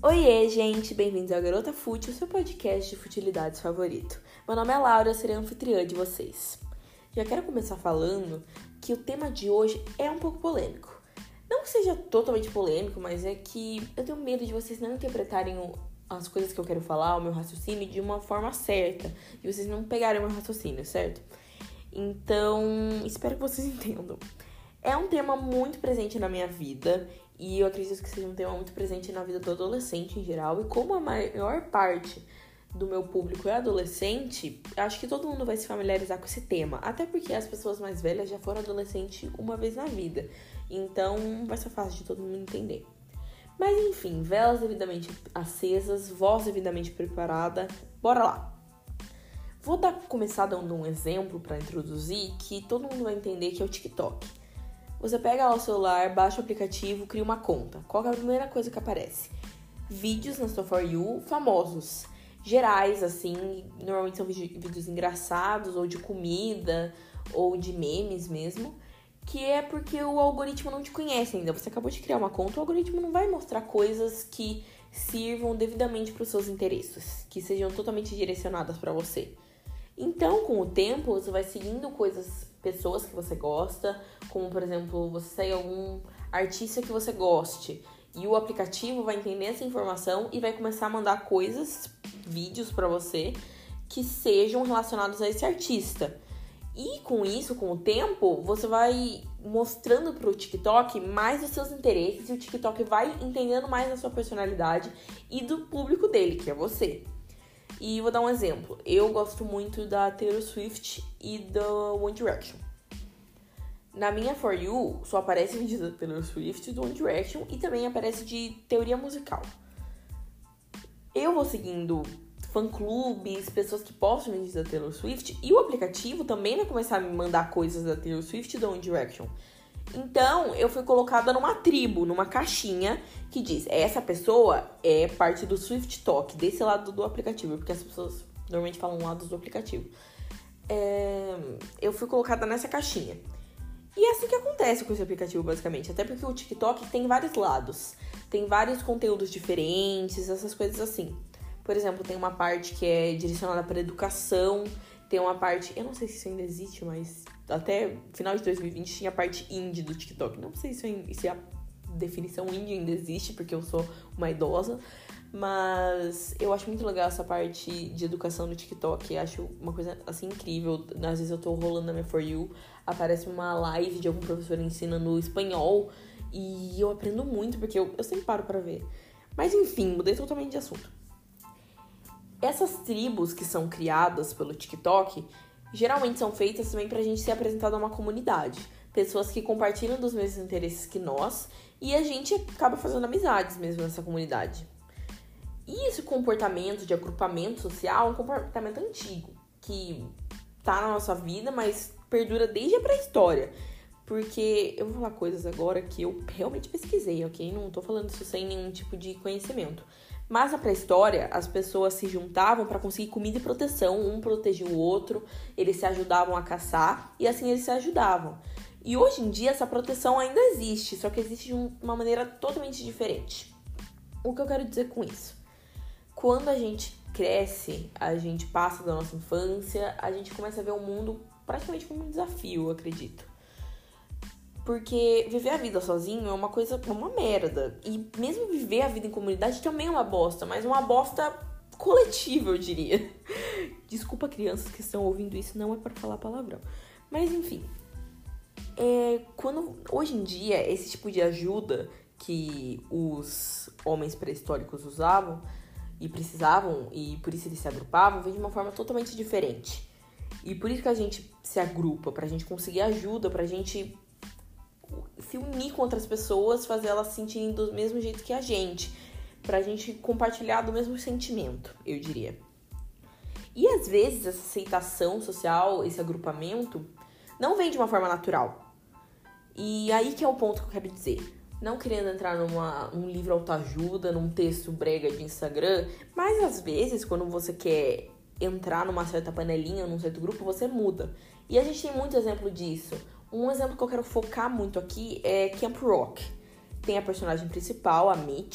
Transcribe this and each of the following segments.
Oiê, gente! Bem-vindos ao Garota Fútil, seu podcast de futilidades favorito. Meu nome é Laura, eu serei a anfitriã de vocês. Já quero começar falando que o tema de hoje é um pouco polêmico. Não que seja totalmente polêmico, mas é que eu tenho medo de vocês não interpretarem as coisas que eu quero falar, o meu raciocínio, de uma forma certa. E vocês não pegarem o meu raciocínio, certo? Então, espero que vocês entendam. É um tema muito presente na minha vida e eu acredito que seja um tema muito presente na vida do adolescente em geral. E como a maior parte do meu público é adolescente, acho que todo mundo vai se familiarizar com esse tema. Até porque as pessoas mais velhas já foram adolescentes uma vez na vida. Então vai ser fácil de todo mundo entender. Mas enfim, velas devidamente acesas, voz devidamente preparada. Bora lá! Vou começar dando um exemplo para introduzir que todo mundo vai entender que é o TikTok. Você pega lá o celular, baixa o aplicativo, cria uma conta. Qual é a primeira coisa que aparece? Vídeos na sua For You famosos, gerais, assim, normalmente são vídeos engraçados, ou de comida, ou de memes mesmo, que é porque o algoritmo não te conhece ainda. Você acabou de criar uma conta, o algoritmo não vai mostrar coisas que sirvam devidamente para os seus interesses, que sejam totalmente direcionadas para você. Então, com o tempo, você vai seguindo pessoas que você gosta, como, por exemplo, você segue algum artista que você goste, e o aplicativo vai entender essa informação e vai começar a mandar vídeos pra você, que sejam relacionados a esse artista. E com isso, com o tempo, você vai mostrando pro TikTok mais os seus interesses, e o TikTok vai entendendo mais a sua personalidade e do público dele, que é você. E vou dar um exemplo. Eu gosto muito da Taylor Swift e do One Direction. Na minha For You, só aparece vídeos da Taylor Swift e do One Direction e também aparece de teoria musical. Eu vou seguindo fã-clubes, pessoas que postam vídeos da Taylor Swift, e o aplicativo também vai começar a me mandar coisas da Taylor Swift e do One Direction. Então, eu fui colocada numa tribo, numa caixinha, que diz, essa pessoa é parte do Swift Talk, desse lado do aplicativo, porque as pessoas normalmente falam lados do aplicativo. Eu fui colocada nessa caixinha. E é assim que acontece com esse aplicativo, basicamente. Até porque o TikTok tem vários lados. Tem vários conteúdos diferentes, essas coisas assim. Por exemplo, tem uma parte que é direcionada para educação. Tem uma parte, eu não sei se isso ainda existe, mas até final de 2020 tinha a parte indie do TikTok. Não sei se a definição indie ainda existe, porque eu sou uma idosa. Mas eu acho muito legal essa parte de educação no TikTok. Acho uma coisa, assim, incrível. Às vezes eu tô rolando na minha For You, aparece uma live de algum professor ensinando espanhol. E eu aprendo muito, porque eu sempre paro pra ver. Mas enfim, mudei totalmente de assunto. Essas tribos que são criadas pelo TikTok, geralmente são feitas também pra gente ser apresentado a uma comunidade. Pessoas que compartilham dos mesmos interesses que nós, e a gente acaba fazendo amizades mesmo nessa comunidade. E esse comportamento de agrupamento social é um comportamento antigo, que tá na nossa vida, mas perdura desde a pré-história. Porque eu vou falar coisas agora que eu realmente pesquisei, ok? Não tô falando isso sem nenhum tipo de conhecimento. Mas na pré-história, as pessoas se juntavam para conseguir comida e proteção. Um protegia o outro, eles se ajudavam a caçar e assim eles se ajudavam. E hoje em dia essa proteção ainda existe, só que existe de uma maneira totalmente diferente. O que eu quero dizer com isso? Quando a gente cresce, a gente passa da nossa infância, a gente começa a ver o mundo praticamente como um desafio, eu acredito. Porque viver a vida sozinho é uma merda. E mesmo viver a vida em comunidade também é uma bosta, mas uma bosta coletiva, eu diria. Desculpa, crianças que estão ouvindo isso, não é para falar palavrão. Mas enfim, hoje em dia, esse tipo de ajuda que os homens pré-históricos usavam e precisavam, e por isso eles se agrupavam, vem de uma forma totalmente diferente. E por isso que a gente se agrupa, pra gente conseguir ajuda, pra gente se unir com outras pessoas, fazer elas se sentirem do mesmo jeito que a gente, pra gente compartilhar do mesmo sentimento, eu diria. E às vezes essa aceitação social, esse agrupamento, não vem de uma forma natural. E aí que é o ponto que eu quero dizer. Não querendo entrar num livro autoajuda, num texto brega de Instagram, mas às vezes quando você quer entrar numa certa panelinha, num certo grupo, você muda. E a gente tem muito exemplo disso. Um exemplo que eu quero focar muito aqui é Camp Rock. Tem a personagem principal, a Mitch,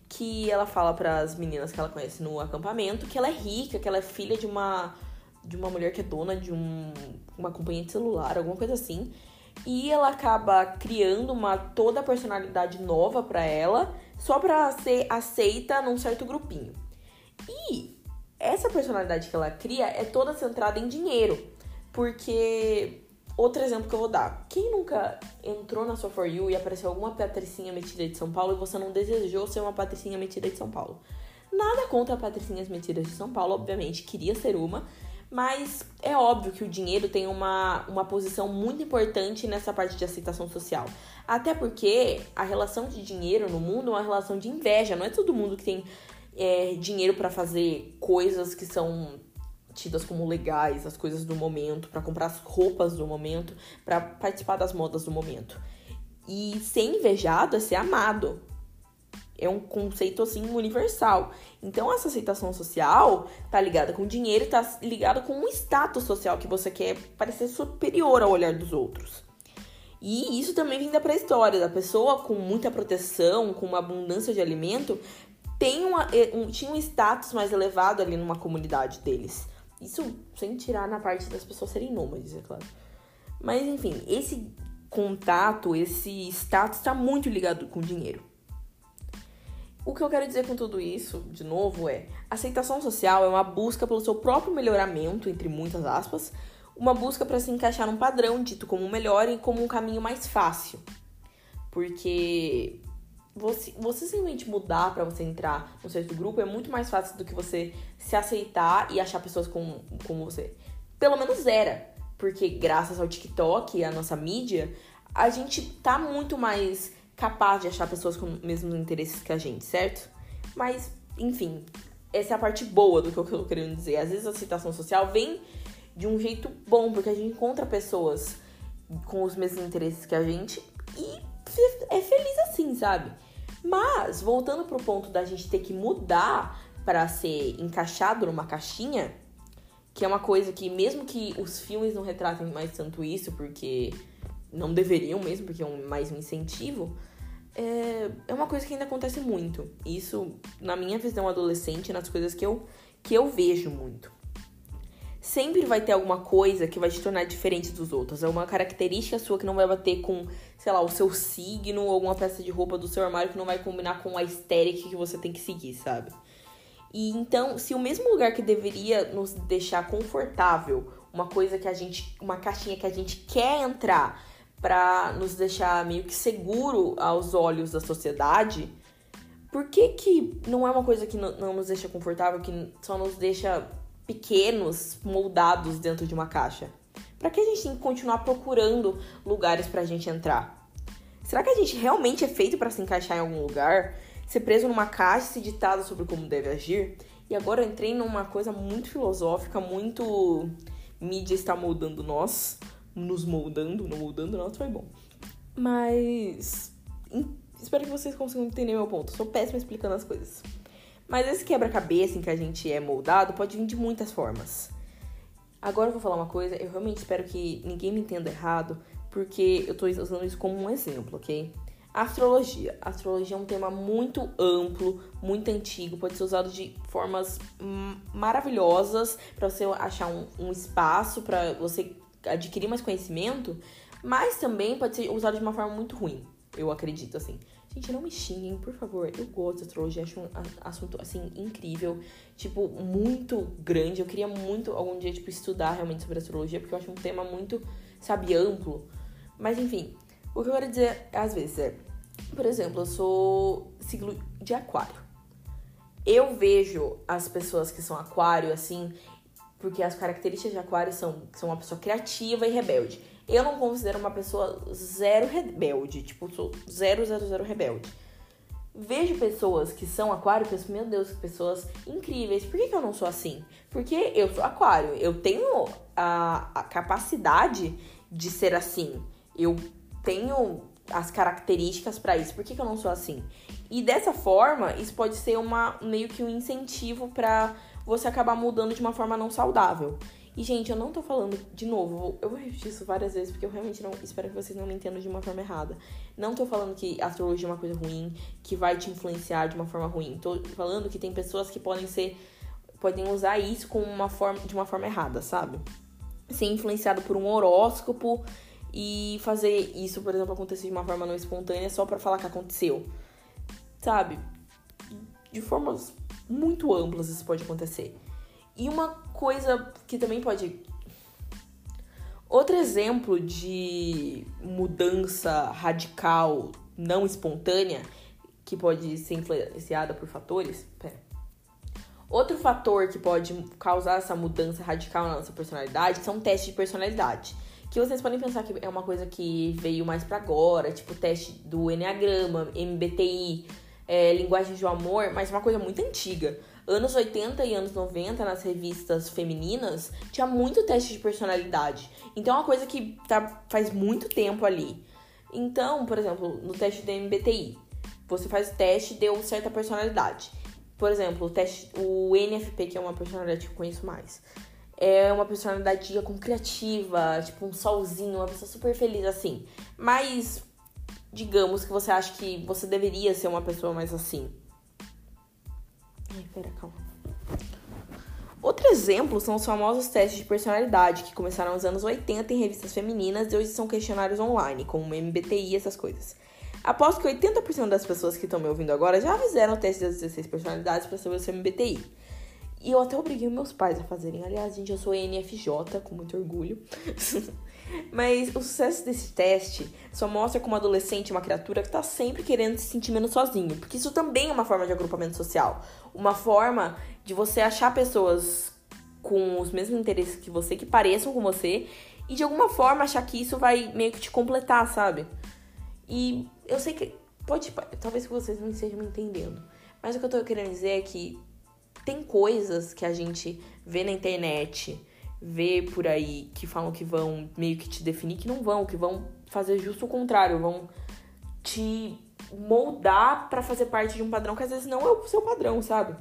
que ela fala pras meninas que ela conhece no acampamento que ela é rica, que ela é filha de uma mulher que é dona de uma companhia de celular, alguma coisa assim. E ela acaba criando toda a personalidade nova pra ela, só pra ser aceita num certo grupinho. E essa personalidade que ela cria é toda centrada em dinheiro. Porque, outro exemplo que eu vou dar. Quem nunca entrou na sua For You e apareceu alguma patricinha metida de São Paulo e você não desejou ser uma patricinha metida de São Paulo? Nada contra patricinhas metidas de São Paulo, obviamente, queria ser uma. Mas é óbvio que o dinheiro tem uma posição muito importante nessa parte de aceitação social. Até porque a relação de dinheiro no mundo é uma relação de inveja. Não é todo mundo que tem dinheiro pra fazer coisas que são tidas como legais, as coisas do momento, pra comprar as roupas do momento, pra participar das modas do momento. E ser invejado é ser amado. É um conceito, assim, universal. Então, essa aceitação social tá ligada com dinheiro e tá ligada com um status social que você quer parecer superior ao olhar dos outros. E isso também vem da pré-história. Da pessoa com muita proteção, com uma abundância de alimento, tinha um status mais elevado ali numa comunidade deles. Isso sem tirar na parte das pessoas serem nômades, é claro. Mas, enfim, esse contato, esse status tá muito ligado com dinheiro. O que eu quero dizer com tudo isso, de novo, aceitação social é uma busca pelo seu próprio melhoramento, entre muitas aspas, uma busca para se encaixar num padrão dito como melhor e como um caminho mais fácil. Porque você simplesmente mudar para você entrar no certo grupo é muito mais fácil do que você se aceitar e achar pessoas como você. Pelo menos era, porque graças ao TikTok e à nossa mídia, a gente tá muito mais capaz de achar pessoas com os mesmos interesses que a gente, certo? Mas, enfim, essa é a parte boa do que eu tô querendo dizer. Às vezes a aceitação social vem de um jeito bom, porque a gente encontra pessoas com os mesmos interesses que a gente e é feliz assim, sabe? Mas, voltando pro ponto da gente ter que mudar para ser encaixado numa caixinha, que é uma coisa que, mesmo que os filmes não retratem mais tanto isso, porque não deveriam mesmo, porque é mais um incentivo, é uma coisa que ainda acontece muito. Isso, na minha visão adolescente, nas coisas que eu vejo muito. Sempre vai ter alguma coisa que vai te tornar diferente dos outros. É uma característica sua que não vai bater com, sei lá, o seu signo ou alguma peça de roupa do seu armário que não vai combinar com a estética que você tem que seguir, sabe? E então, se o mesmo lugar que deveria nos deixar confortável, uma caixinha que a gente quer entrar pra nos deixar meio que seguro aos olhos da sociedade, por que não é uma coisa que não nos deixa confortável, que só nos deixa pequenos, moldados dentro de uma caixa? Pra que a gente tem que continuar procurando lugares pra gente entrar? Será que a gente realmente é feito pra se encaixar em algum lugar? Ser preso numa caixa e ser ditado sobre como deve agir? E agora eu entrei numa coisa muito filosófica, muito mídia está moldando nós, nos moldando, não moldando nós, foi bom. Mas espero que vocês consigam entender meu ponto. Eu sou péssima explicando as coisas. Mas esse quebra-cabeça em que a gente é moldado pode vir de muitas formas. Agora eu vou falar uma coisa, eu realmente espero que ninguém me entenda errado, porque eu tô usando isso como um exemplo, ok? Astrologia. Astrologia é um tema muito amplo, muito antigo, pode ser usado de formas maravilhosas para você achar um espaço, para você adquirir mais conhecimento, mas também pode ser usado de uma forma muito ruim, eu acredito, assim. Gente, não me xinguem, por favor. Eu gosto de astrologia, acho um assunto, assim, incrível. Tipo, muito grande. Eu queria muito, algum dia, tipo, estudar realmente sobre astrologia, porque eu acho um tema muito, sabe, amplo. Mas, enfim, o que eu quero dizer, às vezes, por exemplo, eu sou signo de aquário. Eu vejo as pessoas que são aquário, assim, porque as características de aquário são uma pessoa criativa e rebelde. Eu não considero uma pessoa zero rebelde, tipo, sou 000 rebelde. Vejo pessoas que são aquário e penso, meu Deus, que pessoas incríveis. Por que eu não sou assim? Porque eu sou aquário, eu tenho a capacidade de ser assim. Eu tenho as características pra isso. Por que eu não sou assim? E dessa forma, isso pode ser meio que um incentivo pra você acabar mudando de uma forma não saudável. E, gente, eu não tô falando, de novo, eu vou repetir isso várias vezes, porque eu realmente não espero que vocês não me entendam de uma forma errada. Não tô falando que astrologia é uma coisa ruim, que vai te influenciar de uma forma ruim. Tô falando que tem pessoas que podem usar isso de uma forma errada, sabe? Ser influenciado por um horóscopo e fazer isso, por exemplo, acontecer de uma forma não espontânea só pra falar que aconteceu. Sabe? De formas muito amplas isso pode acontecer. E uma coisa que também pode... Outro exemplo de mudança radical não espontânea, que pode ser influenciada por fatores... Outro fator que pode causar essa mudança radical na nossa personalidade são testes de personalidade. Que vocês podem pensar que é uma coisa que veio mais pra agora, tipo o teste do Enneagrama, MBTI, linguagem do amor, mas é uma coisa muito antiga. Anos 80 e anos 90, nas revistas femininas, tinha muito teste de personalidade. Então é uma coisa que faz muito tempo ali. Então, por exemplo, no teste do MBTI, você faz o teste e deu certa personalidade. Por exemplo, o NFP, que é uma personalidade que eu conheço mais, é uma personalidade criativa, tipo um solzinho, uma pessoa super feliz, assim. Mas, digamos que você acha que você deveria ser uma pessoa mais assim. Ai, pera, calma. Outro exemplo são os famosos testes de personalidade, que começaram nos anos 80 em revistas femininas e hoje são questionários online, como o MBTI e essas coisas. Aposto que 80% das pessoas que estão me ouvindo agora já fizeram o teste das 16 personalidades para saber o seu MBTI. E eu até obriguei meus pais a fazerem. Aliás, gente, eu sou ENFJ, com muito orgulho. Mas o sucesso desse teste só mostra como adolescente é uma criatura que tá sempre querendo se sentir menos sozinho. Porque isso também é uma forma de agrupamento social. Uma forma de você achar pessoas com os mesmos interesses que você, que pareçam com você. E de alguma forma achar que isso vai meio que te completar, sabe? E eu sei que talvez vocês não estejam me entendendo. Mas o que eu tô querendo dizer é que tem coisas que a gente vê na internet, vê por aí, que falam que vão meio que te definir, que não vão, que vão fazer justo o contrário, vão te moldar pra fazer parte de um padrão que às vezes não é o seu padrão, sabe?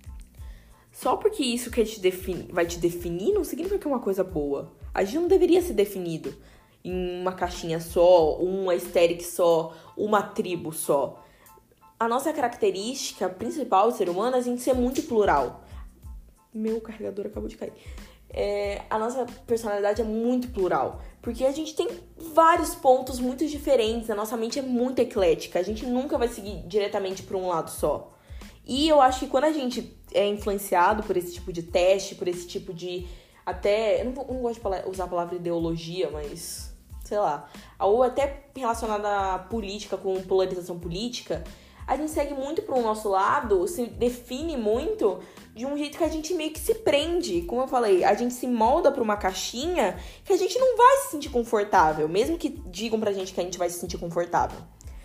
Só porque isso que vai te definir não significa que é uma coisa boa. A gente não deveria ser definido em uma caixinha só, uma aesthetic só, uma tribo só. A nossa característica principal do ser humano é a gente ser muito plural. Meu carregador acabou de cair. A nossa personalidade é muito plural. Porque a gente tem vários pontos muito diferentes. A nossa mente é muito eclética. A gente nunca vai seguir diretamente para um lado só. E eu acho que quando a gente é influenciado por esse tipo de teste, por esse tipo de... Eu não gosto de usar a palavra ideologia, mas... sei lá. Ou até relacionada à política, com polarização política... a gente segue muito pro nosso lado, se define muito de um jeito que a gente meio que se prende. Como eu falei, a gente se molda pra uma caixinha que a gente não vai se sentir confortável, mesmo que digam pra gente que a gente vai se sentir confortável.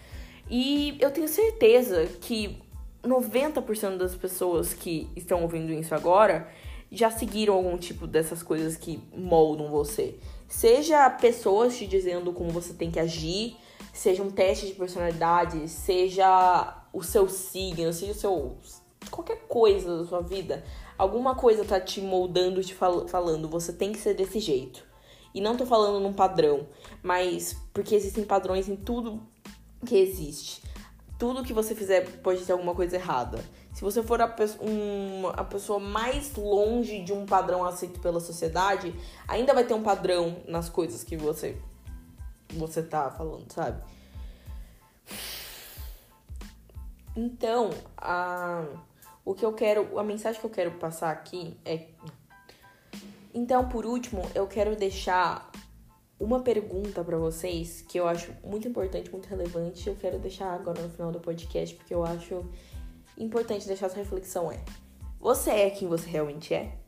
E eu tenho certeza que 90% das pessoas que estão ouvindo isso agora já seguiram algum tipo dessas coisas que moldam você. Seja pessoas te dizendo como você tem que agir, seja um teste de personalidade, seja o seu signo, seja o seu... qualquer coisa da sua vida. Alguma coisa tá te moldando, te falando, você tem que ser desse jeito. E não tô falando num padrão, mas porque existem padrões em tudo que existe. Tudo que você fizer pode ter alguma coisa errada. Se você for a pessoa mais longe de um padrão aceito pela sociedade, ainda vai ter um padrão nas coisas que você tá falando, sabe? Então, a mensagem que eu quero passar aqui é... Então, por último, eu quero deixar uma pergunta pra vocês que eu acho muito importante, muito relevante. Eu quero deixar agora no final do podcast, porque eu acho importante deixar essa reflexão. Você é quem você realmente é?